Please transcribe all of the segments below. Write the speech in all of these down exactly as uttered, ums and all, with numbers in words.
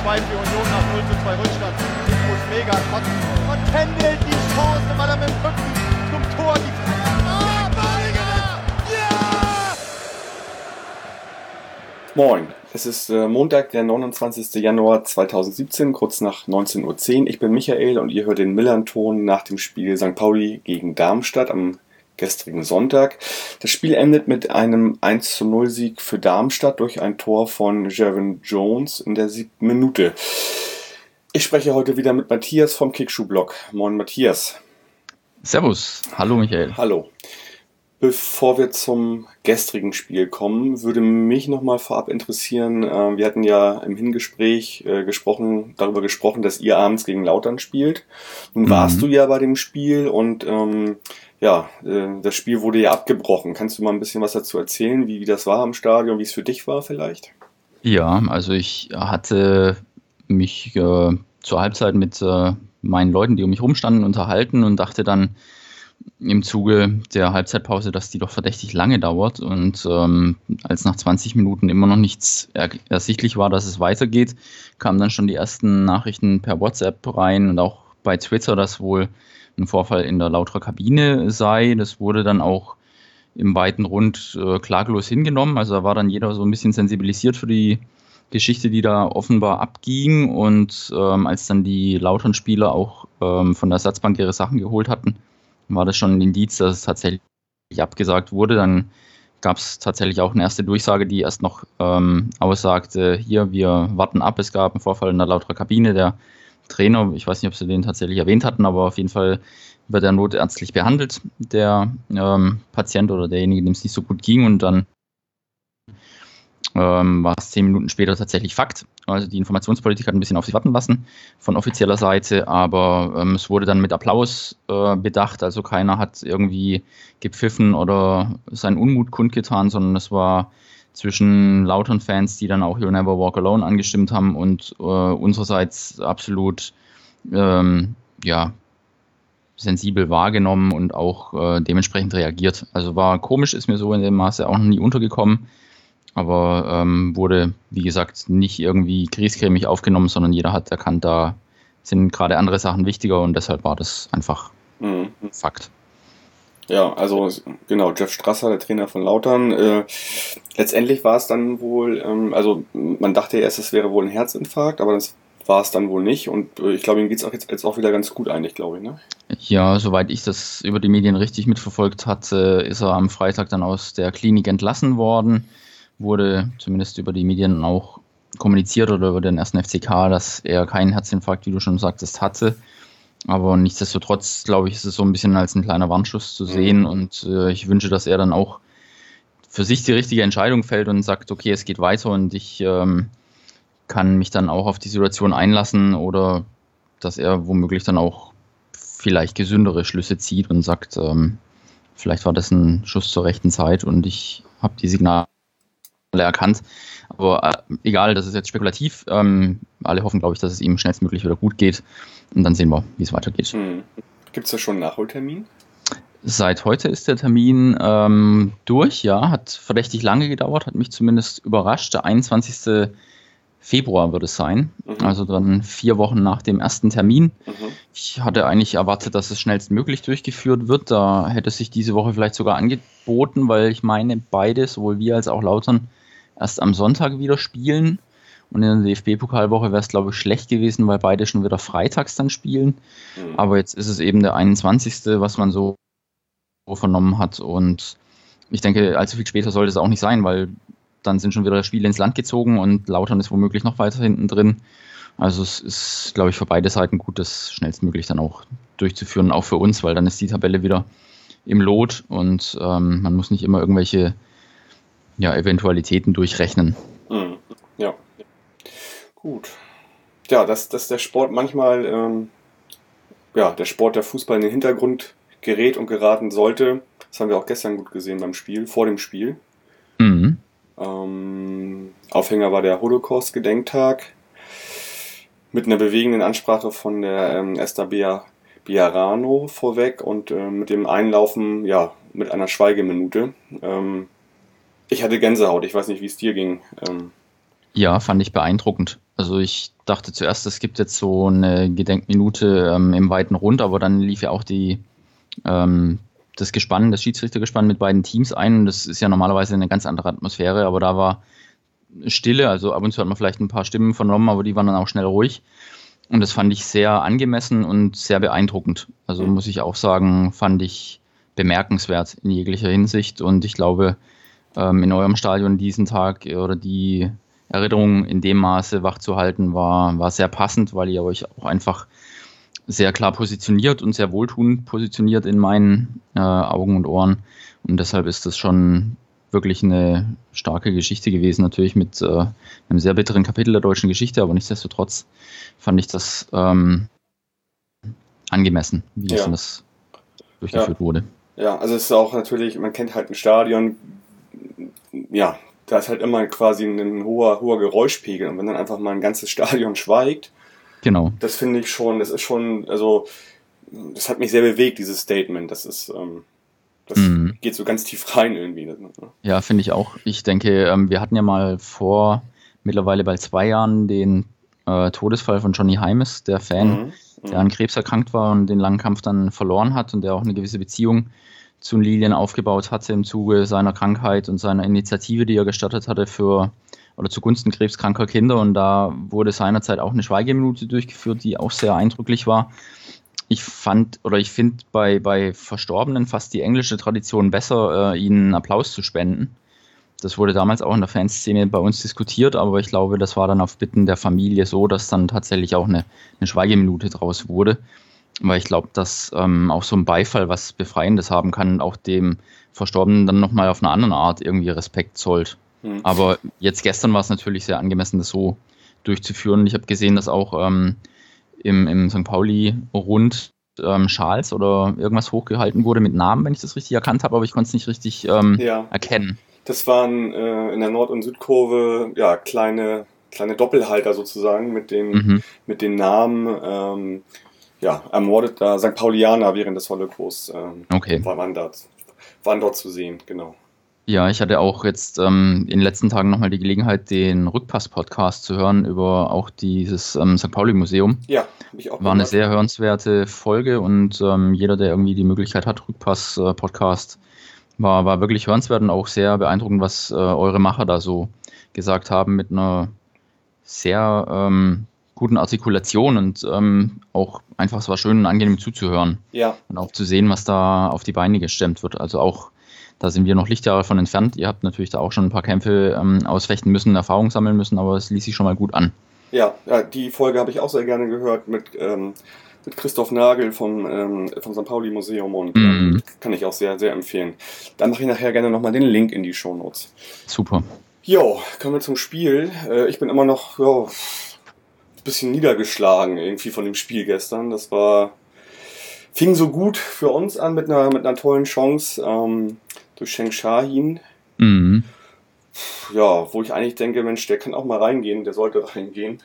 zwei für Union nach null zu zwei Rückstand. Tifus mega kotzen und pendelt die Chance, weil er mit dem Rücken zum Tor die Ah, Badiger! Ja! Moin, es ist äh, Montag, der neunundzwanzigster Januar zweitausendsiebzehn, kurz nach neunzehn Uhr zehn. Ich bin Michael und ihr hört den Millern-Ton nach dem Spiel Sankt Pauli gegen Darmstadt am gestrigen Sonntag. Das Spiel endet mit einem eins zu null Sieg für Darmstadt durch ein Tor von Gervin Jones in der siebten Minute. Ich spreche heute wieder mit Matthias vom Kickschuh-Blog. Moin Matthias. Servus, hallo Michael. Hallo. Bevor wir zum gestrigen Spiel kommen, würde mich nochmal vorab interessieren, äh, wir hatten ja im Hingespräch äh, gesprochen, darüber gesprochen, dass ihr abends gegen Lautern spielt. Nun mhm. warst du ja bei dem Spiel und ähm, ja, äh, das Spiel wurde ja abgebrochen. Kannst du mal ein bisschen was dazu erzählen, wie, wie das war im Stadion, wie es für dich war vielleicht? Ja, also ich hatte mich äh, zur Halbzeit mit äh, meinen Leuten, die um mich rumstanden, unterhalten und dachte dann im Zuge der Halbzeitpause, dass die doch verdächtig lange dauert und ähm, als nach zwanzig Minuten immer noch nichts er- ersichtlich war, dass es weitergeht, kamen dann schon die ersten Nachrichten per WhatsApp rein und auch bei Twitter, dass wohl ein Vorfall in der Lauterer Kabine sei. Das wurde dann auch im weiten Rund äh, klaglos hingenommen. Also da war dann jeder so ein bisschen sensibilisiert für die Geschichte, die da offenbar abging. Und ähm, als dann die Lautern-Spieler auch ähm, von der Ersatzbank ihre Sachen geholt hatten, war das schon ein Indiz, dass es tatsächlich abgesagt wurde. Dann gab es tatsächlich auch eine erste Durchsage, die erst noch ähm, aussagte, hier, wir warten ab, es gab einen Vorfall in der Lauterer Kabine. Der Trainer, ich weiß nicht, ob sie den tatsächlich erwähnt hatten, aber auf jeden Fall wird er notärztlich behandelt, der ähm, Patient oder derjenige, dem es nicht so gut ging. Und dann ähm, war es zehn Minuten später tatsächlich Fakt. Also die Informationspolitik hat ein bisschen auf sich warten lassen von offizieller Seite, aber ähm, es wurde dann mit Applaus äh, bedacht. Also keiner hat irgendwie gepfiffen oder seinen Unmut kundgetan, sondern es war zwischen Lautern-Fans, die dann auch You'll Never Walk Alone angestimmt haben und äh, unsererseits absolut ähm, ja, sensibel wahrgenommen und auch äh, dementsprechend reagiert. Also war komisch, ist mir so in dem Maße auch noch nie untergekommen, aber ähm, wurde, wie gesagt, nicht irgendwie griesgrämig aufgenommen, sondern jeder hat erkannt, da sind gerade andere Sachen wichtiger und deshalb war das einfach Mhm. Fakt. Ja, also genau, Jeff Strasser, der Trainer von Lautern. Äh, letztendlich war es dann wohl, ähm, also man dachte erst, es wäre wohl ein Herzinfarkt, aber das war es dann wohl nicht. Und äh, ich glaube, ihm geht es auch jetzt, jetzt auch wieder ganz gut eigentlich, glaube ich, ne? Ja, soweit ich das über die Medien richtig mitverfolgt hatte, ist er am Freitag dann aus der Klinik entlassen worden. Wurde zumindest über die Medien auch kommuniziert oder über den ersten F C K, dass er keinen Herzinfarkt, wie du schon sagtest, hatte. Aber nichtsdestotrotz, glaube ich, ist es so ein bisschen als ein kleiner Warnschuss zu sehen. Und äh, ich wünsche, dass er dann auch für sich die richtige Entscheidung fällt und sagt, okay, es geht weiter und ich ähm, kann mich dann auch auf die Situation einlassen oder dass er womöglich dann auch vielleicht gesündere Schlüsse zieht und sagt, ähm, vielleicht war das ein Schuss zur rechten Zeit und ich habe die Signale erkannt. Aber äh, egal, das ist jetzt spekulativ. Ähm, alle hoffen, glaube ich, dass es ihm schnellstmöglich wieder gut geht. Und dann sehen wir, wie es weitergeht. Hm. Gibt es da schon einen Nachholtermin? Seit heute ist der Termin ähm, durch, ja. Hat verdächtig lange gedauert, hat mich zumindest überrascht. Der einundzwanzigster Februar wird es sein. Mhm. Also dann vier Wochen nach dem ersten Termin. Mhm. Ich hatte eigentlich erwartet, dass es schnellstmöglich durchgeführt wird. Da hätte es sich diese Woche vielleicht sogar angeboten, weil ich meine, beide, sowohl wir als auch Lautern, erst am Sonntag wieder spielen. Und in der D F B-Pokalwoche wäre es, glaube ich, schlecht gewesen, weil beide schon wieder freitags dann spielen. Mhm. Aber jetzt ist es eben der einundzwanzigste, was man so vernommen hat. Und ich denke, allzu viel später sollte es auch nicht sein, weil dann sind schon wieder Spiele ins Land gezogen und Lautern ist womöglich noch weiter hinten drin. Also es ist, glaube ich, für beide Seiten gut, das schnellstmöglich dann auch durchzuführen, auch für uns, weil dann ist die Tabelle wieder im Lot und ähm, man muss nicht immer irgendwelche ja, Eventualitäten durchrechnen. Mhm. Ja. Gut. Ja, dass, dass der Sport manchmal, ähm, ja, der Sport, der Fußball in den Hintergrund gerät und geraten sollte, das haben wir auch gestern gut gesehen beim Spiel, vor dem Spiel. Mhm. Ähm, Aufhänger war der Holocaust-Gedenktag mit einer bewegenden Ansprache von der ähm, Esther Bea- Bejarano vorweg und äh, mit dem Einlaufen, ja, mit einer Schweigeminute. Ähm, ich hatte Gänsehaut, ich weiß nicht, wie es dir ging. Ähm, Ja, fand ich beeindruckend. Also ich dachte zuerst, es gibt jetzt so eine Gedenkminute ähm, im weiten Rund, aber dann lief ja auch die, ähm, das Gespann, das Schiedsrichtergespann mit beiden Teams ein. Das ist ja normalerweise eine ganz andere Atmosphäre, aber da war Stille, also ab und zu hat man vielleicht ein paar Stimmen vernommen, aber die waren dann auch schnell ruhig. Und das fand ich sehr angemessen und sehr beeindruckend. Also muss ich auch sagen, fand ich bemerkenswert in jeglicher Hinsicht. Und ich glaube, ähm, in eurem Stadion diesen Tag oder die Erinnerung in dem Maße wachzuhalten, war, war sehr passend, weil ihr euch auch einfach sehr klar positioniert und sehr wohltuend positioniert in meinen äh, Augen und Ohren. Und deshalb ist das schon wirklich eine starke Geschichte gewesen, natürlich mit äh, einem sehr bitteren Kapitel der deutschen Geschichte, aber nichtsdestotrotz fand ich das ähm, angemessen, wie Ja. das durchgeführt wurde. Ja, also es ist auch natürlich, man kennt halt ein Stadion, ja, da ist halt immer quasi ein hoher, hoher Geräuschpegel und wenn dann einfach mal ein ganzes Stadion schweigt, Genau. das finde ich schon, das ist schon, also das hat mich sehr bewegt, dieses Statement, das ist, ähm, das Mhm. geht so ganz tief rein irgendwie. Ne? Ja, finde ich auch. Ich denke, ähm, wir hatten ja mal vor mittlerweile bald zwei Jahren den äh, Todesfall von Johnny Heimes, der Fan, Mhm. der an Krebs erkrankt war und den langen Kampf dann verloren hat und der auch eine gewisse Beziehung zu den Lilien aufgebaut hatte im Zuge seiner Krankheit und seiner Initiative, die er gestartet hatte für oder zugunsten krebskranker Kinder. Und da wurde seinerzeit auch eine Schweigeminute durchgeführt, die auch sehr eindrücklich war. Ich fand oder ich finde bei, bei Verstorbenen fast die englische Tradition besser, äh, ihnen Applaus zu spenden. Das wurde damals auch in der Fanszene bei uns diskutiert, aber ich glaube, das war dann auf Bitten der Familie so, dass dann tatsächlich auch eine, eine Schweigeminute draus wurde. Weil ich glaube, dass ähm, auch so ein Beifall was Befreiendes haben kann und auch dem Verstorbenen dann nochmal auf eine andere Art irgendwie Respekt zollt. Mhm. Aber jetzt gestern war es natürlich sehr angemessen, das so durchzuführen. Ich habe gesehen, dass auch ähm, im, im Sankt Pauli-Rund ähm, Schals oder irgendwas hochgehalten wurde mit Namen, wenn ich das richtig erkannt habe, aber ich konnte es nicht richtig ähm, Ja. erkennen. Das waren äh, in der Nord- und Südkurve ja kleine, kleine Doppelhalter sozusagen mit den, Mhm. mit den Namen ähm, ja, ermordeter Sankt Paulianer während des Holocaust ähm, Okay. waren, dort, waren dort zu sehen, genau. Ja, ich hatte auch jetzt ähm, in den letzten Tagen nochmal die Gelegenheit, den Rückpass-Podcast zu hören über auch dieses ähm, Sankt Pauli-Museum. Ja, habe ich auch War eine gemacht. sehr hörenswerte Folge und ähm, jeder, der irgendwie die Möglichkeit hat, Rückpass-Podcast, war, war wirklich hörenswert und auch sehr beeindruckend, was äh, eure Macher da so gesagt haben mit einer sehr ähm, guten Artikulation und ähm, auch einfach, es war schön und angenehm zuzuhören Ja, und auch zu sehen, was da auf die Beine gestemmt wird. Also auch, da sind wir noch Lichtjahre von entfernt. Ihr habt natürlich da auch schon ein paar Kämpfe ähm, ausfechten müssen, Erfahrung sammeln müssen, aber es ließ sich schon mal gut an. ja, ja, die Folge habe ich auch sehr gerne gehört mit, ähm, mit Christoph Nagel vom, ähm, vom Sankt Pauli-Museum und Mhm. ähm, kann ich auch sehr, sehr empfehlen. Dann mache ich nachher gerne nochmal den Link in die Shownotes. Super. Jo, kommen wir zum Spiel. Äh, ich bin immer noch jo, ein bisschen niedergeschlagen irgendwie von dem Spiel gestern. Das war fing so gut für uns an mit einer, mit einer tollen Chance ähm, durch Sheng Shahin. Mhm. Ja, wo ich eigentlich denke, Mensch, der kann auch mal reingehen, der sollte reingehen.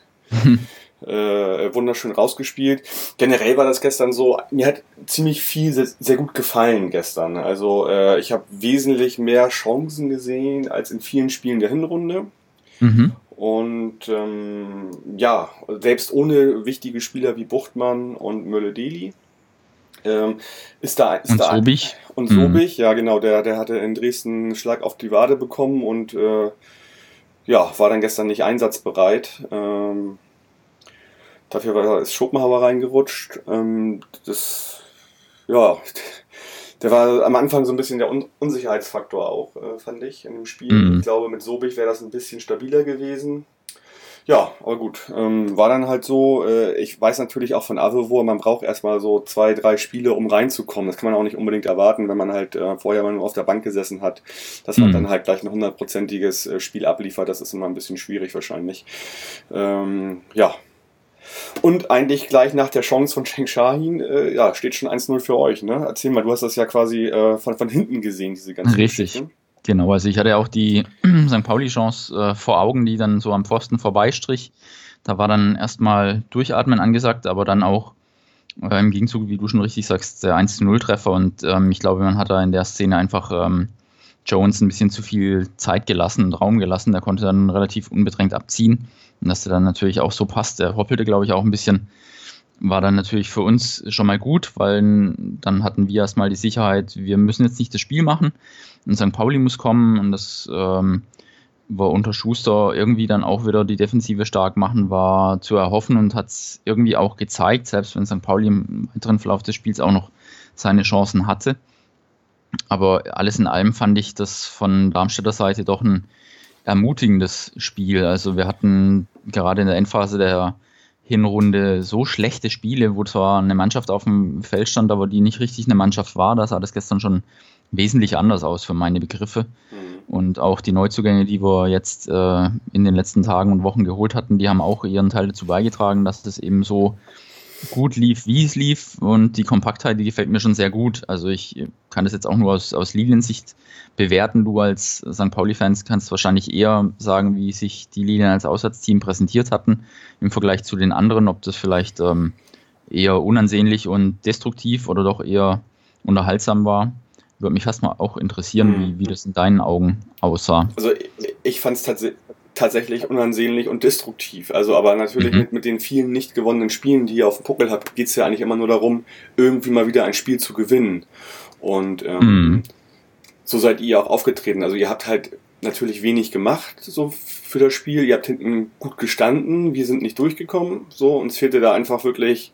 äh, wunderschön rausgespielt. Generell war das gestern so, mir hat ziemlich viel sehr, sehr gut gefallen gestern. Also äh, ich habe wesentlich mehr Chancen gesehen als in vielen Spielen der Hinrunde. Mhm. Und ähm, ja, selbst ohne wichtige Spieler wie Buchtmann und Mölle-Deli ähm, ist da ist Und da Sobich. und Mhm. Sobich, ja genau, der der hatte in Dresden einen Schlag auf die Wade bekommen und äh, ja, war dann gestern nicht einsatzbereit. Ähm, dafür war ist Schopenhauer reingerutscht. Ähm, das ja, der war am Anfang so ein bisschen der Un- Unsicherheitsfaktor auch, äh, fand ich, in dem Spiel. Mhm. Ich glaube, mit Sobich wäre das ein bisschen stabiler gewesen. Ja, aber gut, ähm, war dann halt so, äh, ich weiß natürlich auch von Avevor, man braucht erstmal so zwei, drei Spiele, um reinzukommen. Das kann man auch nicht unbedingt erwarten, wenn man halt äh, vorher mal nur auf der Bank gesessen hat, dass man Mhm. dann halt gleich ein hundertprozentiges äh, Spiel abliefert. Das ist immer ein bisschen schwierig wahrscheinlich. Ähm, ja. Und eigentlich gleich nach der Chance von Sheng Shahin, äh, ja, steht schon eins null für euch, ne? Erzähl mal, du hast das ja quasi äh, von, von hinten gesehen, diese ganze Richtig. Geschichte. Genau, also ich hatte auch die Sankt Pauli-Chance äh, vor Augen, die dann so am Pfosten vorbeistrich. Da war dann erstmal Durchatmen angesagt, aber dann auch äh, im Gegenzug, wie du schon richtig sagst, der eins zu null Treffer. Und ähm, ich glaube, man hat da in der Szene einfach ähm, Jones ein bisschen zu viel Zeit gelassen und Raum gelassen. Der konnte dann relativ unbedrängt abziehen. Und dass der dann natürlich auch so passt, der hoppelte, glaube ich, auch ein bisschen, war dann natürlich für uns schon mal gut, weil dann hatten wir erstmal die Sicherheit, wir müssen jetzt nicht das Spiel machen und Sankt Pauli muss kommen und das ähm, war unter Schuster irgendwie dann auch wieder die Defensive stark machen, war zu erhoffen und hat es irgendwie auch gezeigt, selbst wenn Sankt Pauli im weiteren Verlauf des Spiels auch noch seine Chancen hatte. Aber alles in allem fand ich das von Darmstädter Seite doch ein ermutigendes Spiel. Also wir hatten gerade in der Endphase der Hinrunde so schlechte Spiele, wo zwar eine Mannschaft auf dem Feld stand, aber die nicht richtig eine Mannschaft war. Da sah das gestern schon wesentlich anders aus für meine Begriffe. Mhm. Und auch die Neuzugänge, die wir jetzt äh, in den letzten Tagen und Wochen geholt hatten, die haben auch ihren Teil dazu beigetragen, dass das eben so gut lief, wie es lief. Und die Kompaktheit, die gefällt mir schon sehr gut. Also ich kann das jetzt auch nur aus, aus Liliensicht bewerten. Du als Sankt Pauli-Fans kannst wahrscheinlich eher sagen, wie sich die Lilien als Auswärtsteam präsentiert hatten im Vergleich zu den anderen, ob das vielleicht ähm, eher unansehnlich und destruktiv oder doch eher unterhaltsam war. Würde mich fast mal auch interessieren, mhm. wie, wie das in deinen Augen aussah. Also ich, ich fand es tatsächlich tatsächlich unansehnlich und destruktiv. Also aber natürlich mhm. mit, mit den vielen nicht gewonnenen Spielen, die ihr auf dem Puckel habt, geht es ja eigentlich immer nur darum, irgendwie mal wieder ein Spiel zu gewinnen. Und ähm, mhm. so seid ihr auch aufgetreten. Also ihr habt halt natürlich wenig gemacht so für das Spiel. Ihr habt hinten gut gestanden. Wir sind nicht durchgekommen. So, uns fehlte da einfach wirklich...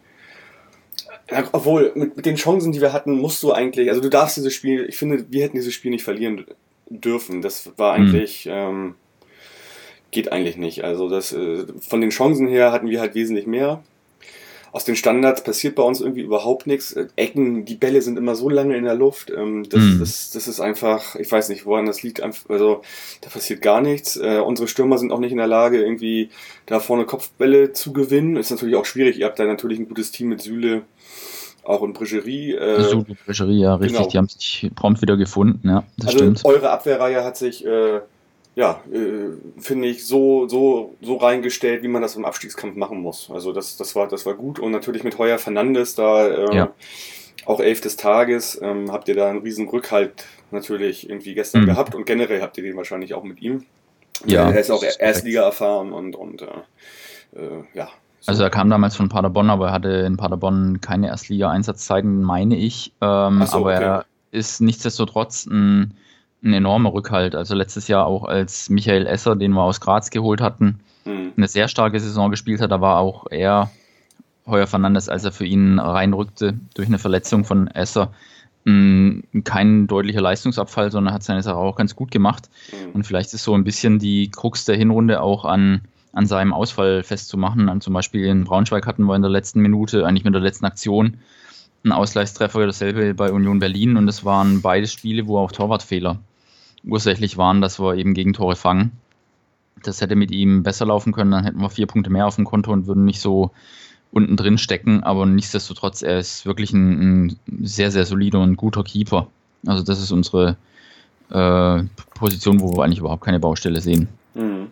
Obwohl, mit, mit den Chancen, die wir hatten, musst du eigentlich... Also du darfst dieses Spiel... Ich finde, wir hätten dieses Spiel nicht verlieren dürfen. Das war eigentlich... Mhm. Ähm, geht eigentlich nicht. Also das äh, von den Chancen her hatten wir halt wesentlich mehr. Aus den Standards passiert bei uns irgendwie überhaupt nichts. Äh, Ecken, die Bälle sind immer so lange in der Luft. Ähm, das, mhm. das, das ist einfach, ich weiß nicht, woran das liegt. Also da passiert gar nichts. Äh, unsere Stürmer sind auch nicht in der Lage, irgendwie da vorne Kopfbälle zu gewinnen. Ist natürlich auch schwierig. Ihr habt da natürlich ein gutes Team mit Süle, auch in Bregerie. Äh, Süle, Bregerie, ja, richtig. Genau. Die haben sich prompt wieder gefunden. Ja, das also stimmt. Eure Abwehrreihe hat sich... Äh, ja, äh, finde ich, so, so, so reingestellt, wie man das im Abstiegskampf machen muss. Also das, das war, das war gut. Und natürlich mit Heuer Fernandes da äh, ja. auch elf des Tages, ähm, habt ihr da einen riesen Rückhalt natürlich irgendwie gestern mhm. gehabt und generell habt ihr den wahrscheinlich auch mit ihm. Ja. Er ist auch Erstliga erfahren und, und äh, äh, ja. So. Also er kam damals von Paderborn, aber er hatte in Paderborn keine Erstliga-Einsatzzeiten, meine ich. Ähm, so, aber okay. er ist nichtsdestotrotz ein ein enormer Rückhalt. Also letztes Jahr auch als Michael Esser, den wir aus Graz geholt hatten, mhm. eine sehr starke Saison gespielt hat, da war auch er, Heuer Fernandes, als er für ihn reinrückte durch eine Verletzung von Esser, mh, kein deutlicher Leistungsabfall, sondern hat seine Sache auch ganz gut gemacht. Mhm. Und vielleicht ist so ein bisschen die Krux der Hinrunde auch an, an seinem Ausfall festzumachen. Und zum Beispiel in Braunschweig hatten wir in der letzten Minute, eigentlich mit der letzten Aktion, einen Ausgleichstreffer, dasselbe bei Union Berlin, und es waren beide Spiele, wo auch Torwartfehler ursächlich waren, dass wir eben Gegentore fangen. Das hätte mit ihm besser laufen können, dann hätten wir vier Punkte mehr auf dem Konto und würden nicht so unten drin stecken, aber nichtsdestotrotz, er ist wirklich ein, ein sehr, sehr solider und guter Keeper. Also das ist unsere äh, Position, wo wir eigentlich überhaupt keine Baustelle sehen. Mhm.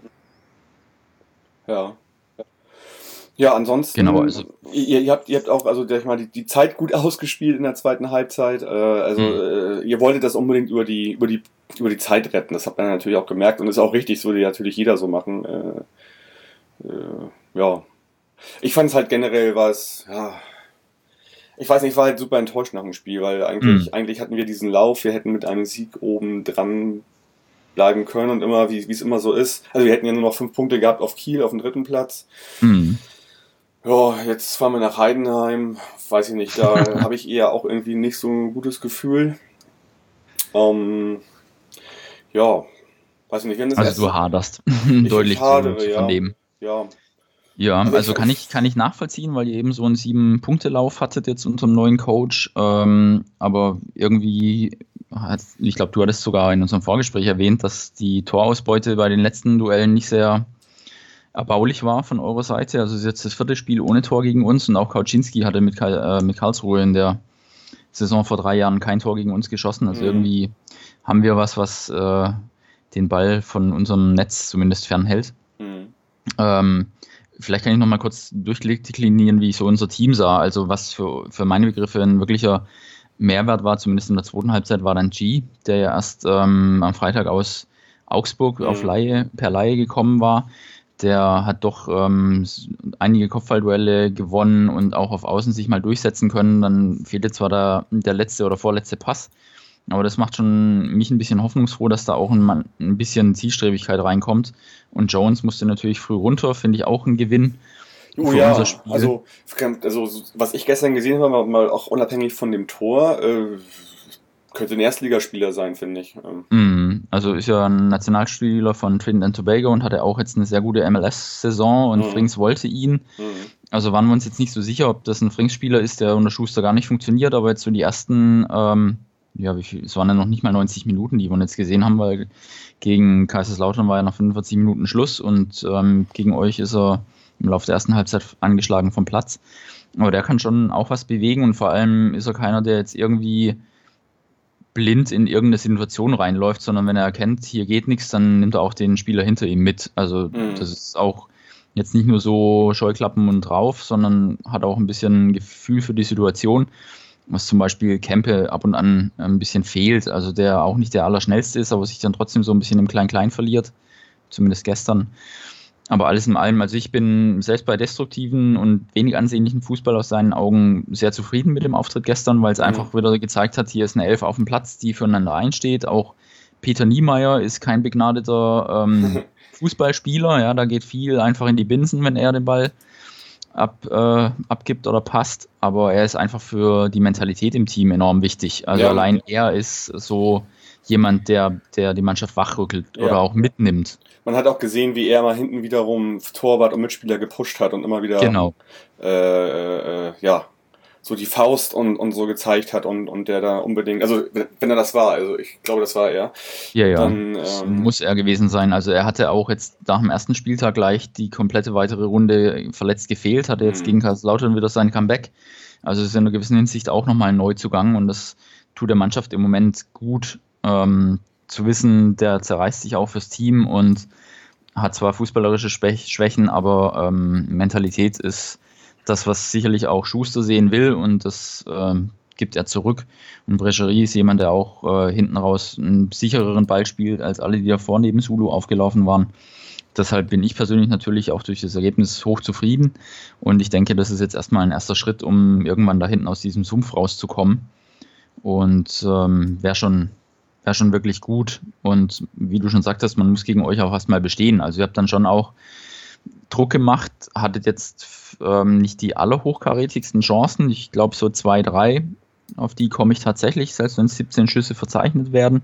Ja. Ja, ansonsten, genau, also, ihr, ihr, habt, ihr habt auch also sag ich mal, die, die Zeit gut ausgespielt in der zweiten Halbzeit. Äh, also mhm. äh, ihr wolltet das unbedingt über die, über die, über die Zeit retten. Das hat man natürlich auch gemerkt und ist auch richtig, das würde natürlich jeder so machen. Äh, äh, ja. Ich fand es halt generell war es, ja, ich weiß nicht, ich war halt super enttäuscht nach dem Spiel, weil eigentlich, mhm. eigentlich hatten wir diesen Lauf, wir hätten mit einem Sieg oben dran bleiben können und immer, wie es immer so ist. Also wir hätten ja nur noch fünf Punkte gehabt auf Kiel, auf dem dritten Platz. Mhm. Ja, jetzt fahren wir nach Heidenheim, weiß ich nicht, da habe ich eher auch irgendwie nicht so ein gutes Gefühl. Ähm, ja, weiß ich nicht. Wenn das also du haderst deutlich hadere, zu, zu ja, vernehmen. Ja, ja also, also kann ich kann ich nachvollziehen, weil ihr eben so einen sieben-Punkte-Lauf hattet jetzt unter dem neuen Coach, ähm, aber irgendwie, hat, ich glaube, du hattest sogar in unserem Vorgespräch erwähnt, dass die Torausbeute bei den letzten Duellen nicht sehr erbaulich war von eurer Seite. Also es ist jetzt das vierte Spiel ohne Tor gegen uns und auch Kauczynski hatte mit, Karl, äh, mit Karlsruhe in der Saison vor drei Jahren kein Tor gegen uns geschossen. Also mhm. irgendwie haben wir was, was äh, den Ball von unserem Netz zumindest fernhält. Mhm. Ähm, vielleicht kann ich noch mal kurz durchdeklinieren, wie ich so unser Team sah. Also was für, für meine Begriffe ein wirklicher Mehrwert war, zumindest in der zweiten Halbzeit, war dann G, der ja erst ähm, am Freitag aus Augsburg mhm. auf Leihe, per Leihe gekommen war. der hat doch ähm, einige Kopfballduelle gewonnen und auch auf Außen sich mal durchsetzen können. Dann fehlte zwar der, der letzte oder vorletzte Pass, aber das macht schon mich ein bisschen hoffnungsfroh, dass da auch ein, ein bisschen Zielstrebigkeit reinkommt. Und Jones musste natürlich früh runter, finde ich auch ein Gewinn. Oh ja, also, also was ich gestern gesehen habe, mal auch unabhängig von dem Tor, äh, könnte ein Erstligaspieler sein, finde ich. Mm, also ist ja ein Nationalspieler von Trinidad and Tobago und hatte auch jetzt eine sehr gute M L S-Saison und mhm. Frings wollte ihn. Mhm. Also waren wir uns jetzt nicht so sicher, ob das ein Frings-Spieler ist, der unter Schuster gar nicht funktioniert, aber jetzt so die ersten, ähm, ja, wie viel, es waren ja noch nicht mal neunzig Minuten, die wir jetzt gesehen haben, weil gegen Kaiserslautern war ja nach fünfundvierzig Minuten Schluss und ähm, gegen euch ist er im Laufe der ersten Halbzeit angeschlagen vom Platz. Aber der kann schon auch was bewegen und vor allem ist er keiner, der jetzt irgendwie blind in irgendeine Situation reinläuft, sondern wenn er erkennt, hier geht nichts, dann nimmt er auch den Spieler hinter ihm mit. Also mhm. das ist auch jetzt nicht nur so Scheuklappen und drauf, sondern hat auch ein bisschen Gefühl für die Situation, was zum Beispiel Kempe ab und an ein bisschen fehlt, also der auch nicht der Allerschnellste ist, aber sich dann trotzdem so ein bisschen im Klein-Klein verliert, zumindest gestern. Aber alles in allem, also ich bin selbst bei destruktiven und wenig ansehnlichen Fußball aus seinen Augen sehr zufrieden mit dem Auftritt gestern, weil es mhm. einfach wieder gezeigt hat, hier ist eine Elf auf dem Platz, die füreinander einsteht. Auch Peter Niemeyer ist kein begnadeter ähm, Fußballspieler, ja, da geht viel einfach in die Binsen, wenn er den Ball ab, äh, abgibt oder passt. Aber er ist einfach für die Mentalität im Team enorm wichtig. Also ja. allein er ist so jemand, der, der die Mannschaft wachrückelt ja. oder auch mitnimmt. Man hat auch gesehen, wie er mal hinten wiederum Torwart und Mitspieler gepusht hat und immer wieder genau. äh, äh, ja, so die Faust und, und so gezeigt hat und, und der da unbedingt, also wenn er das war, also ich glaube, das war er. Ja, ja, dann, das ähm, muss er gewesen sein. Also er hatte auch jetzt nach dem ersten Spieltag gleich die komplette weitere Runde verletzt gefehlt, hatte jetzt mhm. gegen Kaiserslautern wieder sein Comeback. Also es ist in einer gewissen Hinsicht auch nochmal ein Neuzugang und das tut der Mannschaft im Moment gut, ähm, zu wissen, der zerreißt sich auch fürs Team und hat zwar fußballerische Schwächen, aber ähm, Mentalität ist das, was sicherlich auch Schuster sehen will und das ähm, gibt er zurück. Und Brecherie ist jemand, der auch äh, hinten raus einen sichereren Ball spielt, als alle, die davor neben Sulu aufgelaufen waren. Deshalb bin ich persönlich natürlich auch durch das Ergebnis hoch zufrieden und ich denke, das ist jetzt erstmal ein erster Schritt, um irgendwann da hinten aus diesem Sumpf rauszukommen und ähm, wäre schon Wäre schon wirklich gut und wie du schon sagtest, man muss gegen euch auch erstmal bestehen. Also ihr habt dann schon auch Druck gemacht, hattet jetzt ähm, nicht die allerhochkarätigsten Chancen. Ich glaube so zwei, drei, auf die komme ich tatsächlich, selbst wenn siebzehn Schüsse verzeichnet werden.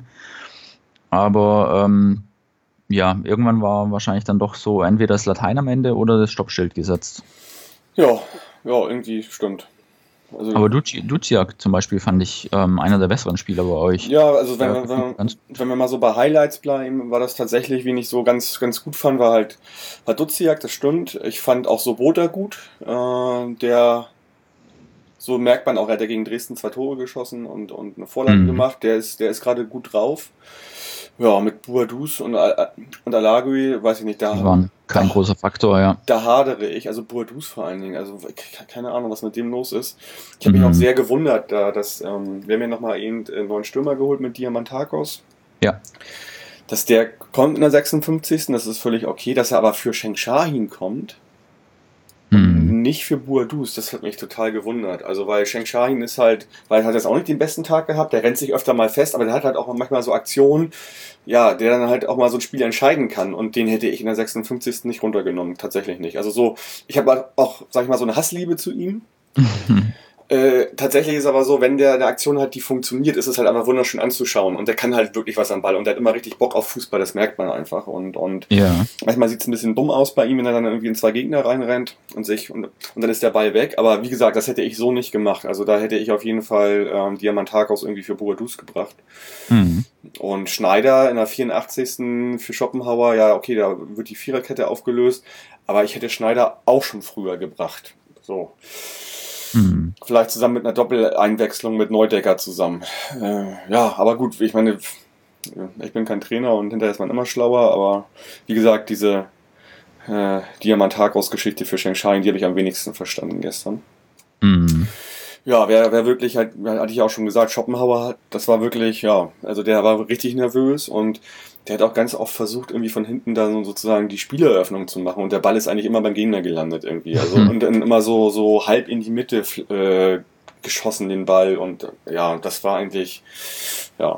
Aber ähm, ja, irgendwann war wahrscheinlich dann doch so entweder das Latein am Ende oder das Stoppschild gesetzt. Ja, ja, irgendwie stimmt. Also, aber Duciak zum Beispiel fand ich ähm, einer der besseren Spieler bei euch. Ja, also wenn, ja, wir, wenn, wenn wir mal so bei Highlights bleiben, war das tatsächlich, wen ich so ganz ganz gut fand, war halt war Duciak, das stimmt. Ich fand auch so Botha gut, äh, der, so merkt man auch, er hat ja gegen Dresden zwei Tore geschossen und, und eine Vorlage mhm. gemacht, der ist, der ist gerade gut drauf. Ja, mit Boadus und, und Alagui, weiß ich nicht, da waren kein da, großer Faktor, ja. Da hadere ich, also Boadus vor allen Dingen, also keine Ahnung, was mit dem los ist. Ich habe mhm. mich auch sehr gewundert, da, dass, ähm, wir haben ja nochmal eben einen neuen Stürmer geholt mit Diamantakos. Ja. Dass der kommt in der sechsundfünfzigsten Das ist völlig okay, dass er aber für Schenk Şahin kommt. Mhm. Nicht für Boadus, das hat mich total gewundert. Also, weil Schenk Şahin ist halt, weil er hat jetzt auch nicht den besten Tag gehabt, der rennt sich öfter mal fest, aber der hat halt auch manchmal so Aktionen, ja, der dann halt auch mal so ein Spiel entscheiden kann und den hätte ich in der sechsundfünfzigsten nicht runtergenommen, tatsächlich nicht. Also so, ich habe auch, sag ich mal, so eine Hassliebe zu ihm. Äh, tatsächlich ist aber so, wenn der eine Aktion hat, die funktioniert, ist es halt einfach wunderschön anzuschauen und der kann halt wirklich was am Ball und der hat immer richtig Bock auf Fußball, das merkt man einfach und, und ja. manchmal sieht es ein bisschen dumm aus bei ihm, wenn er dann irgendwie in zwei Gegner reinrennt und sich und, und dann ist der Ball weg, aber wie gesagt, das hätte ich so nicht gemacht, also da hätte ich auf jeden Fall ähm, Diamantakos irgendwie für Boadus gebracht. Mhm. Und Schneider in der vierundachtzigsten für Schopenhauer, ja okay, da wird die Viererkette aufgelöst, aber ich hätte Schneider auch schon früher gebracht, so. Mhm. Vielleicht zusammen mit einer Doppeleinwechslung mit Neudecker zusammen. Äh, ja, aber gut, ich meine, ich bin kein Trainer und hinterher ist man immer schlauer, aber wie gesagt, diese äh, Diamantakos-Geschichte für Schenk Şahin, die habe ich am wenigsten verstanden gestern. Mhm. Ja, wer, wer wirklich halt, hatte ich auch schon gesagt, Schopenhauer, das war wirklich, ja, also der war richtig nervös und der hat auch ganz oft versucht, irgendwie von hinten dann sozusagen die Spieleröffnung zu machen und der Ball ist eigentlich immer beim Gegner gelandet irgendwie. Also und dann immer so, so halb in die Mitte äh, geschossen, den Ball und ja, das war eigentlich, ja.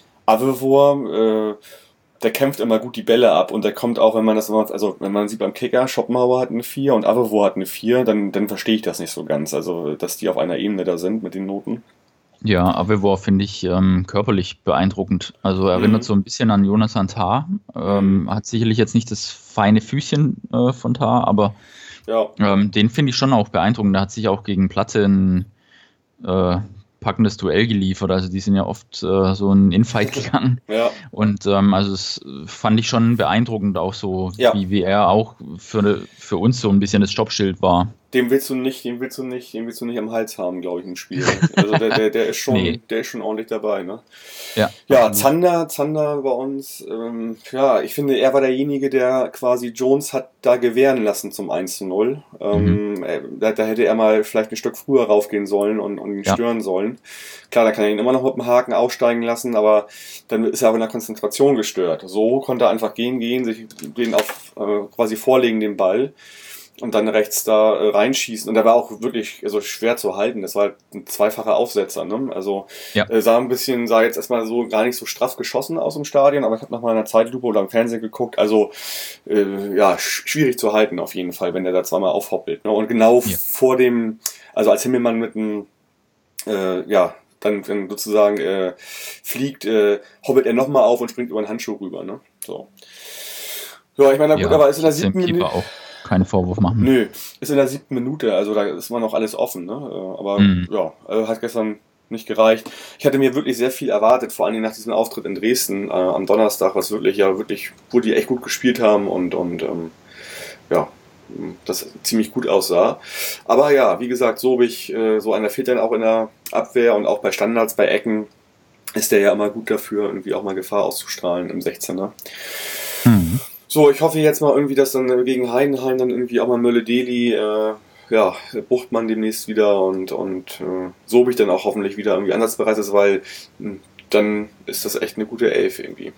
Avevor, äh, der kämpft immer gut die Bälle ab und der kommt auch, wenn man das immer, also wenn man sieht beim Kicker, Schopenhauer hat eine vier und Avevor hat eine vier, dann, dann verstehe ich das nicht so ganz, also dass die auf einer Ebene da sind mit den Noten. Ja, Avevor finde ich ähm, körperlich beeindruckend. Also erinnert Mhm. so ein bisschen an Jonathan Tah. Ähm, hat sicherlich jetzt nicht das feine Füßchen äh, von Tah, aber Ja, ähm, den finde ich schon auch beeindruckend. Der hat sich auch gegen Platte ein äh, packendes Duell geliefert. Also die sind ja oft äh, so ein Infight gegangen. ja, Und ähm, also das fand ich schon beeindruckend, auch so, Ja. wie, wie er auch für, für uns so ein bisschen das Stoppschild war. den willst du nicht, den willst du nicht, den willst du nicht am Hals haben, glaube ich, im Spiel. Also der, der, der ist schon, Nee. der ist schon ordentlich dabei, ne? Ja, Ja, Zander, Zander bei uns, ähm, ja, ich finde, er war derjenige, der quasi Jones hat da gewähren lassen zum eins zu null. Ähm, äh, da, da hätte er mal vielleicht ein Stück früher raufgehen sollen und, und ihn Ja. stören sollen. Klar, da kann er ihn immer noch mit dem Haken aufsteigen lassen, aber dann ist er auch in der Konzentration gestört. So konnte er einfach gehen, gehen, sich den auf äh, quasi vorlegen, den Ball. Und dann rechts da äh, reinschießen. Und der war auch wirklich also schwer zu halten. Das war halt ein zweifacher Aufsetzer. Ne? Also Ja. äh, sah ein bisschen, sah jetzt erstmal so gar nicht so straff geschossen aus im Stadion, aber ich habe nochmal in der Zeitlupe oder im Fernsehen geguckt. Also äh, ja, sch- schwierig zu halten auf jeden Fall, wenn der da zweimal aufhoppelt. Ne? Und genau Ja. vor dem, also als Himmelmann mit einem, äh, ja, dann, dann sozusagen äh, fliegt, äh, hoppelt er nochmal auf und springt über den Handschuh rüber. Ne? So. Ja, ich meine, na gut, aber ist in der kannst dem siebten Keeper Minute. auch keinen Vorwurf machen. Nö, ist in der siebten Minute, also da ist immer noch alles offen, ne? Äh, Aber Mhm. ja, äh, hat gestern nicht gereicht. Ich hatte mir wirklich sehr viel erwartet, vor allem nach diesem Auftritt in Dresden äh, am Donnerstag, was wirklich, ja, wirklich, wo die echt gut gespielt haben und, und ähm, ja, das ziemlich gut aussah. Aber ja, wie gesagt, so ich, äh, so einer fehlt dann auch in der Abwehr und auch bei Standards, bei Ecken ist der ja immer gut dafür, irgendwie auch mal Gefahr auszustrahlen im sechzehner. Mhm. So, ich hoffe jetzt mal irgendwie, dass dann gegen Heidenheim dann irgendwie auch mal Mölle-Deli, äh, ja, Buchtmann demnächst wieder und, und äh, so bin ich dann auch hoffentlich wieder irgendwie ansatzbereit ist, weil mh, dann ist das echt eine gute Elf irgendwie.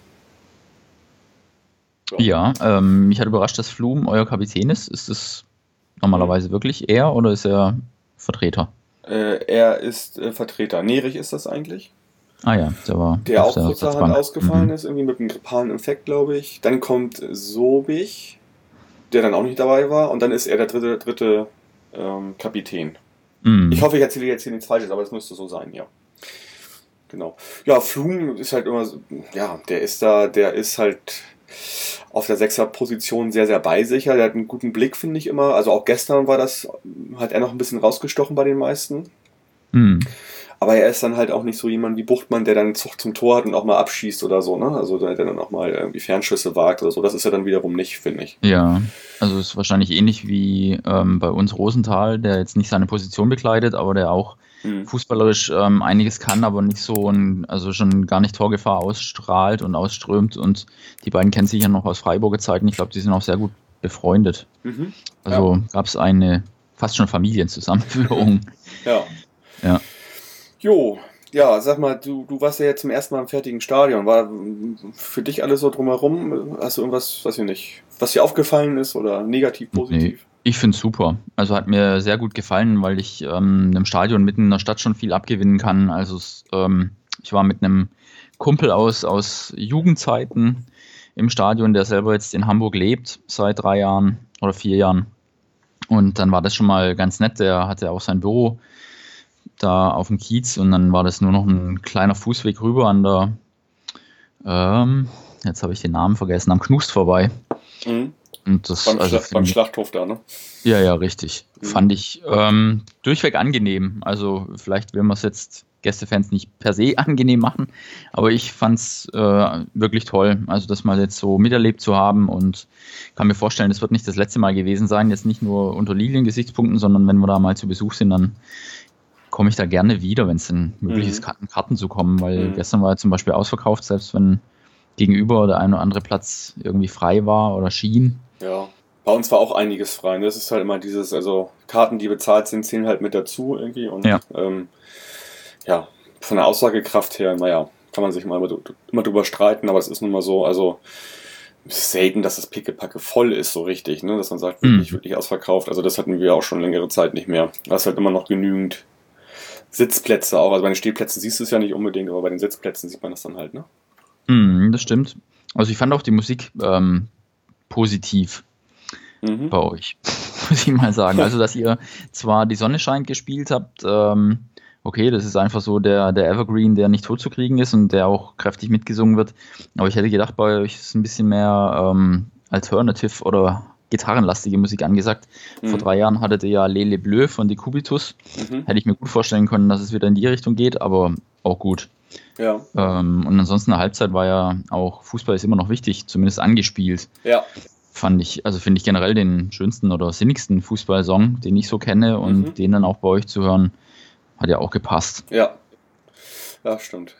Ja, ähm, mich hat überrascht, dass Flum euer Kapitän ist. Ist es normalerweise wirklich er oder ist er Vertreter? Äh, er ist äh, Vertreter. Nerich ist das eigentlich, Ah ja, der war der auf auch der kurzerhand Ersatzbank. ausgefallen Mhm. ist, irgendwie mit einem grippalen Infekt, glaube ich. Dann kommt Sobich, der dann auch nicht dabei war und dann ist er der dritte, dritte ähm, Kapitän. Mhm. Ich hoffe, ich erzähle jetzt hier nichts Falsches, aber es müsste so sein, ja. Genau. Ja, Flum ist halt immer so, ja, der ist da, der ist halt auf der Sechser-Position sehr, sehr beisicher. Der hat einen guten Blick, finde ich immer. Also auch gestern war das, hat er noch ein bisschen rausgestochen bei den meisten. Mhm. Aber er ist dann halt auch nicht so jemand wie Buchtmann, der dann Zucht zum Tor hat und auch mal abschießt oder so, ne? Also der, der dann auch mal irgendwie Fernschüsse wagt oder so. Das ist er dann wiederum nicht, finde ich. Ja, also ist wahrscheinlich ähnlich wie ähm, bei uns Rosenthal, der jetzt nicht seine Position bekleidet, aber der auch Mhm. fußballerisch ähm, einiges kann, aber nicht so ein, also schon gar nicht Torgefahr ausstrahlt und ausströmt. Und die beiden kennen sich ja noch aus Freiburger Zeiten. Ich glaube, die sind auch sehr gut befreundet. Mhm. Also gab es eine fast schon Familienzusammenführung. Ja. Ja. Jo, ja, sag mal, du, du warst ja jetzt zum ersten Mal im fertigen Stadion. War für dich alles so drumherum? Hast du irgendwas, weiß ich nicht, was dir aufgefallen ist oder negativ, positiv? Ich finde es super. Also hat mir sehr gut gefallen, weil ich ähm, einem Stadion mitten in der Stadt schon viel abgewinnen kann. Also es, ähm, ich war mit einem Kumpel aus, aus Jugendzeiten im Stadion, der selber jetzt in Hamburg lebt, seit drei Jahren oder vier Jahren. Und dann war das schon mal ganz nett. Der hatte auch sein Büro da auf dem Kiez und dann war das nur noch ein kleiner Fußweg rüber an der, ähm, jetzt habe ich den Namen vergessen, am Knust vorbei. Mhm. Und das, Beim, also Schla beim Schlachthof da, ne? Ja, ja, richtig. Mhm. Fand ich ähm, durchweg angenehm. Also vielleicht will man es jetzt Gästefans nicht per se angenehm machen, aber ich fand es äh, wirklich toll, also das mal jetzt so miterlebt zu haben und kann mir vorstellen, es wird nicht das letzte Mal gewesen sein, jetzt nicht nur unter Lilien-Gesichtspunkten, sondern wenn wir da mal zu Besuch sind, dann komme ich da gerne wieder, wenn es denn möglich ist, Mhm. Karten, Karten zu kommen, weil Mhm. gestern war ja zum Beispiel ausverkauft, selbst wenn gegenüber der ein oder andere Platz irgendwie frei war oder schien. Ja. Bei uns war auch einiges frei. Das ist halt immer dieses, also Karten, die bezahlt sind, zählen halt mit dazu irgendwie. Und ja, ähm, ja von der Aussagekraft her, naja, kann man sich mal immer, immer drüber streiten, aber es ist nun mal so, also es ist selten, dass das Pickepacke voll ist, so richtig, ne? Dass man sagt, wirklich, mhm. wirklich ausverkauft. Also das hatten wir auch schon längere Zeit nicht mehr. Da ist halt immer noch genügend Sitzplätze auch. Also bei den Stehplätzen siehst du es ja nicht unbedingt, aber bei den Sitzplätzen sieht man das dann halt, ne? Mhm, das stimmt. Also ich fand auch die Musik ähm, positiv. Mhm. Bei euch, muss ich mal sagen. Also, dass ihr zwar die Sonne scheint gespielt habt, ähm, okay, das ist einfach so der, der Evergreen, der nicht totzukriegen ist und der auch kräftig mitgesungen wird. Aber ich hätte gedacht, bei euch ist ein bisschen mehr ähm, Alternative oder gitarrenlastige Musik angesagt. Mhm. Vor drei Jahren hattet ihr ja Lele Bleu von Decubitus. Mhm. Hätte ich mir gut vorstellen können, dass es wieder in die Richtung geht, aber auch gut. Ja. Ähm, und ansonsten eine Halbzeit war ja auch, Fußball ist immer noch wichtig, zumindest angespielt. Ja. Fand ich, also finde ich generell den schönsten oder sinnigsten Fußballsong, den ich so kenne und mhm. den dann auch bei euch zu hören, hat ja auch gepasst. Ja, ja, stimmt.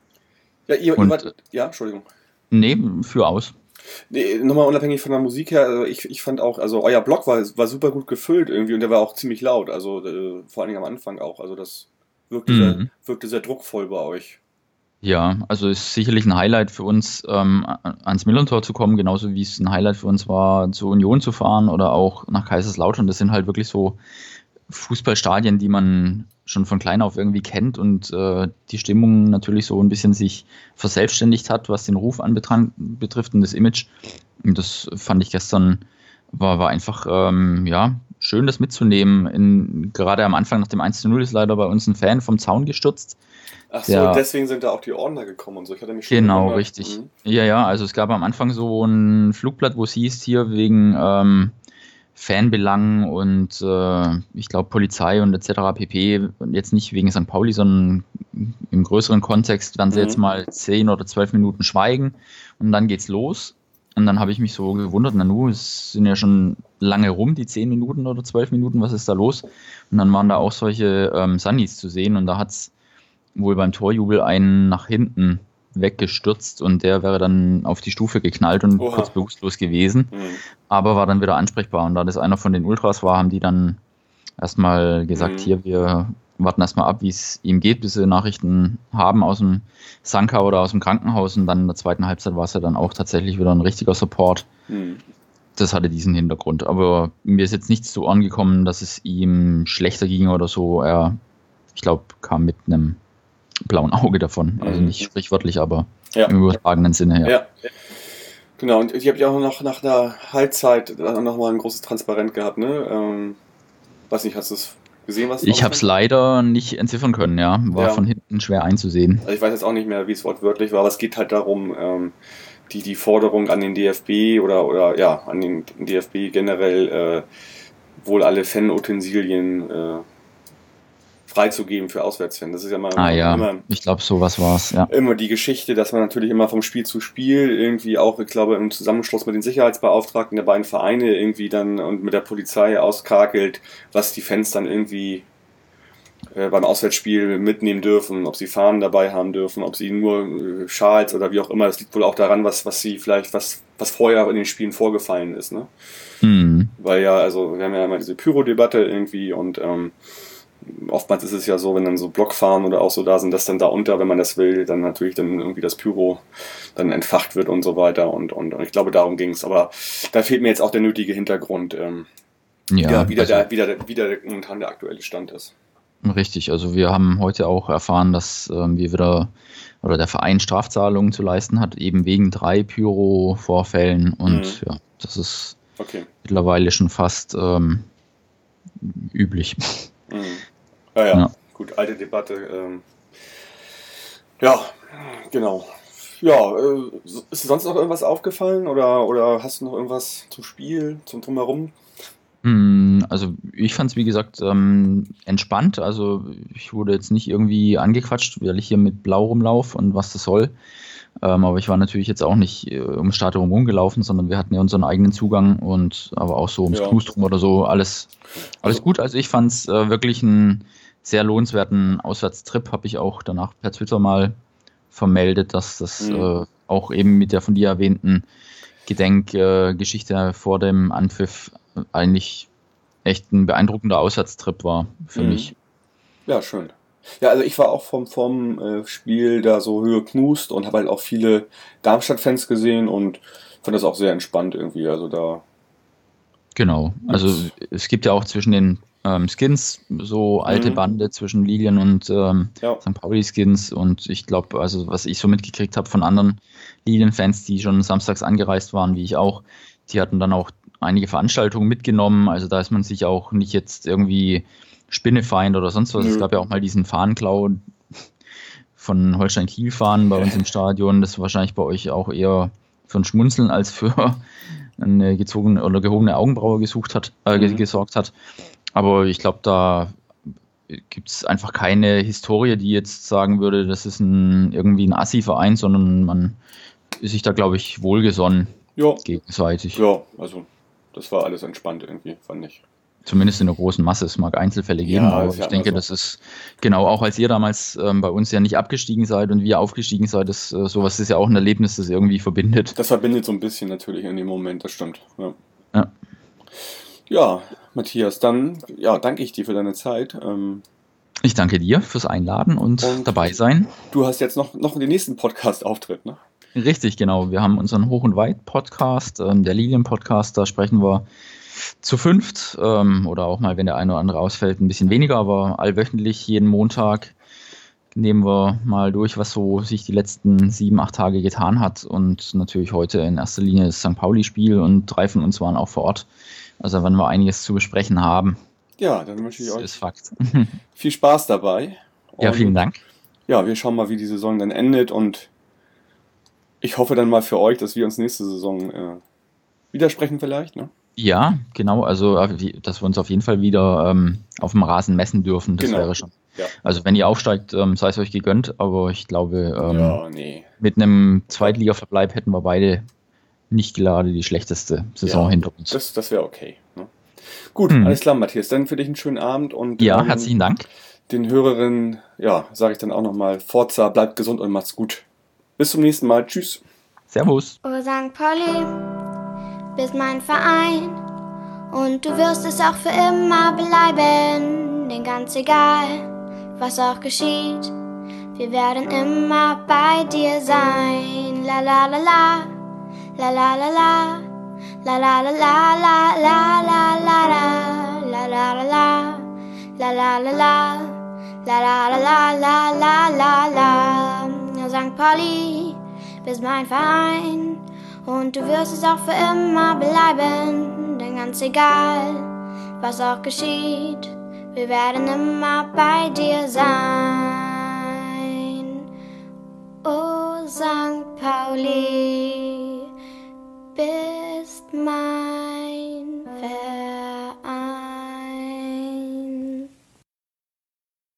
Ja, ihr, und, ihr wart, ja, Entschuldigung. Nee, für aus. Nee, nochmal unabhängig von der Musik her, also ich, ich fand auch, also euer Blog war, war super gut gefüllt irgendwie und der war auch ziemlich laut, also äh, vor allen Dingen am Anfang auch, also das wirkte, mhm. sehr, wirkte sehr druckvoll bei euch. Ja, also ist sicherlich ein Highlight für uns, ähm, ans Millerntor zu kommen, genauso wie es ein Highlight für uns war, zur Union zu fahren oder auch nach Kaiserslautern. Das sind halt wirklich so Fußballstadien, die man schon von klein auf irgendwie kennt und äh, die Stimmung natürlich so ein bisschen sich verselbstständigt hat, was den Ruf anbetrifft und das Image. Und das fand ich gestern, war, war einfach, ähm, ja, schön, das mitzunehmen. In, gerade am Anfang nach dem eins zu null ist leider bei uns ein Fan vom Zaun gestürzt. Ach so, der, deswegen sind da auch die Ordner gekommen und so. Ich hatte mich schon genau, gewundert. Richtig. Mhm. Ja, ja, also es gab am Anfang so ein Flugblatt, wo es hieß, hier wegen ähm, Fanbelangen und äh, ich glaube Polizei und et cetera pp. Jetzt nicht wegen Sankt Pauli, sondern im größeren Kontext werden sie mhm. jetzt mal zehn oder zwölf Minuten schweigen und dann geht's los. Und dann habe ich mich so gewundert, Nanu, es sind ja schon lange rum, die zehn Minuten oder zwölf Minuten, was ist da los? Und dann waren da auch solche ähm, Sunnies zu sehen und da hat's wohl beim Torjubel einen nach hinten weggestürzt und der wäre dann auf die Stufe geknallt und Oha. kurz bewusstlos gewesen, mhm. aber war dann wieder ansprechbar und da das einer von den Ultras war, haben die dann erstmal gesagt, mhm. hier, wir warten erstmal ab, wie es ihm geht, bis sie Nachrichten haben aus dem Sanka oder aus dem Krankenhaus und dann in der zweiten Halbzeit war es ja dann auch tatsächlich wieder ein richtiger Support. Mhm. Das hatte diesen Hintergrund, aber mir ist jetzt nichts zu Ohren gekommen, dass es ihm schlechter ging oder so. Er, ich glaube, kam mit einem blauen Auge davon. Also nicht sprichwörtlich, aber ja. im übertragenen Sinne. Ja. ja. Genau, und ich habe ja auch noch nach der Halbzeit noch mal ein großes Transparent gehabt, ne? Ähm, weiß nicht, hast du es gesehen, was? Ich habe es leider nicht entziffern können, ja. War ja. von hinten schwer einzusehen. Also ich weiß jetzt auch nicht mehr, wie es wortwörtlich war, aber es geht halt darum, ähm, die, die Forderung an den D F B oder, oder ja, an den D F B generell äh, wohl alle Fanutensilien äh, freizugeben für Auswärtsfans. Das ist ja mal ah, immer, ja. immer ich glaube, sowas war es, ja. Immer die Geschichte, dass man natürlich immer vom Spiel zu Spiel irgendwie auch, ich glaube, im Zusammenschluss mit den Sicherheitsbeauftragten der beiden Vereine irgendwie dann und mit der Polizei auskrakelt, was die Fans dann irgendwie äh, beim Auswärtsspiel mitnehmen dürfen, ob sie Fahnen dabei haben dürfen, ob sie nur äh, Schals oder wie auch immer. Das liegt wohl auch daran, was, was sie vielleicht, was, was vorher in den Spielen vorgefallen ist, ne? Mhm. Weil ja, also wir haben ja immer diese Pyro-Debatte irgendwie und ähm, oftmals ist es ja so, wenn dann so Blockfahren oder auch so da sind, dass dann da unter, wenn man das will, dann natürlich dann irgendwie das Pyro dann entfacht wird und so weiter und, und, und ich glaube, darum ging es. Aber da fehlt mir jetzt auch der nötige Hintergrund, ähm, ja, ja, wie der, also, der, wie der, wie der momentan der aktuelle Stand ist. Richtig, also wir haben heute auch erfahren, dass ähm, wir wieder oder der Verein Strafzahlungen zu leisten hat, eben wegen drei Pyro-Vorfällen und mhm. ja, das ist okay. mittlerweile schon fast ähm, üblich. Mhm. Ja, ja, ja, gut, alte Debatte. Ähm, ja, genau. Ja, äh, ist dir sonst noch irgendwas aufgefallen oder, oder hast du noch irgendwas zum Spiel, zum Drumherum? Also ich fand es, wie gesagt, ähm, entspannt. Also ich wurde jetzt nicht irgendwie angequatscht, weil ich hier mit Blau rumlaufe und was das soll. Ähm, aber ich war natürlich jetzt auch nicht äh, ums Stadion rumgelaufen, sondern wir hatten ja unseren eigenen Zugang und aber auch so ums ja. Knustrum oder so. Alles, alles also, gut. Also ich fand es äh, wirklich einen sehr lohnenswerten Auswärtstrip. Habe ich auch danach per Twitter mal vermeldet, dass das mhm. äh, auch eben mit der von dir erwähnten Gedenkgeschichte äh, vor dem Anpfiff eigentlich echt ein beeindruckender Auswärtstrip war für Mhm. mich. Ja, schön. Ja, also ich war auch vom, vom äh, Spiel da so Höhe Knust und habe halt auch viele Darmstadt-Fans gesehen und fand das auch sehr entspannt irgendwie. Also da. Genau, also es gibt ja auch zwischen den ähm, Skins so alte Mhm. Bande zwischen Lilien und ähm, Ja. Sankt Pauli-Skins und ich glaube, also was ich so mitgekriegt habe von anderen Lilien-Fans, die schon samstags angereist waren, wie ich auch, die hatten dann auch einige Veranstaltungen mitgenommen, also da ist man sich auch nicht jetzt irgendwie Spinnefeind oder sonst was. Nö. Es gab ja auch mal diesen Fahnenklau von Holstein-Kiel-Fahnen bei uns im Stadion, das wahrscheinlich bei euch auch eher für ein Schmunzeln als für eine gezogene oder gehobene Augenbraue gesucht hat, äh, Mhm. gesorgt hat. Aber ich glaube, da gibt es einfach keine Historie, die jetzt sagen würde, das ist ein, irgendwie ein Assi-Verein, sondern man ist sich da, glaube ich, wohlgesonnen Ja. gegenseitig. Ja, also das war alles entspannt irgendwie, fand ich. Zumindest in der großen Masse. Es mag Einzelfälle geben, Ja, aber ist ja ich denke, immer so. das ist genau auch, als ihr damals ähm, bei uns ja nicht abgestiegen seid und wir aufgestiegen seid, das, äh, sowas ist ja auch ein Erlebnis, das irgendwie verbindet. Das verbindet so ein bisschen natürlich in dem Moment, das stimmt. Ja, Ja. ja Matthias, dann ja, danke ich dir für deine Zeit. Ähm, Ich danke dir fürs Einladen und, Und- dabei sein. du hast jetzt noch, noch den nächsten Podcast-Auftritt, ne? Richtig, genau. Wir haben unseren Hoch- und Weit-Podcast, ähm, der Lilien-Podcast, da sprechen wir zu fünft ähm, oder auch mal, wenn der eine oder andere ausfällt, ein bisschen weniger, aber allwöchentlich, jeden Montag nehmen wir mal durch, was so sich die letzten sieben, acht Tage getan hat und natürlich heute in erster Linie das Sankt Pauli-Spiel und drei von uns waren auch vor Ort. Also werden wir einiges zu besprechen haben. Ja, dann wünsche ich Das euch ist Fakt. viel Spaß dabei. Ja, Und vielen Dank. Ja, wir schauen mal, wie die Saison dann endet und ich hoffe dann mal für euch, dass wir uns nächste Saison äh, widersprechen vielleicht, ne? Ja, genau. Also, äh, wie- dass wir uns auf jeden Fall wieder ähm, auf dem Rasen messen dürfen, das Genau. wäre schon. Ja. Also, wenn ihr aufsteigt, ähm, sei es euch gegönnt, aber ich glaube, ähm, Ja, nee. mit einem Zweitliga-Verbleib hätten wir beide nicht gerade die schlechteste Saison Ja, hinter uns. Das, das wäre okay. Ne? Gut, Hm. alles klar, Matthias. Dann für dich einen schönen Abend und Ja, ähm, herzlichen Dank. den Hörerinnen, ja, sage ich dann auch nochmal, Forza, bleibt gesund und macht's gut. Bis zum nächsten Mal. Tschüss. Servus. Oh Sankt Pauli, bist mein Verein und du wirst es auch für immer bleiben, denn ganz egal, was auch geschieht, wir werden immer bei dir sein. La la la la, la la la la, la la la la la la la la la la la la, la la la la, la la la la la la la la. Oh Sankt Pauli, bist mein Verein und du wirst es auch für immer bleiben, denn ganz egal, was auch geschieht, wir werden immer bei dir sein. Oh Sankt Pauli, bist mein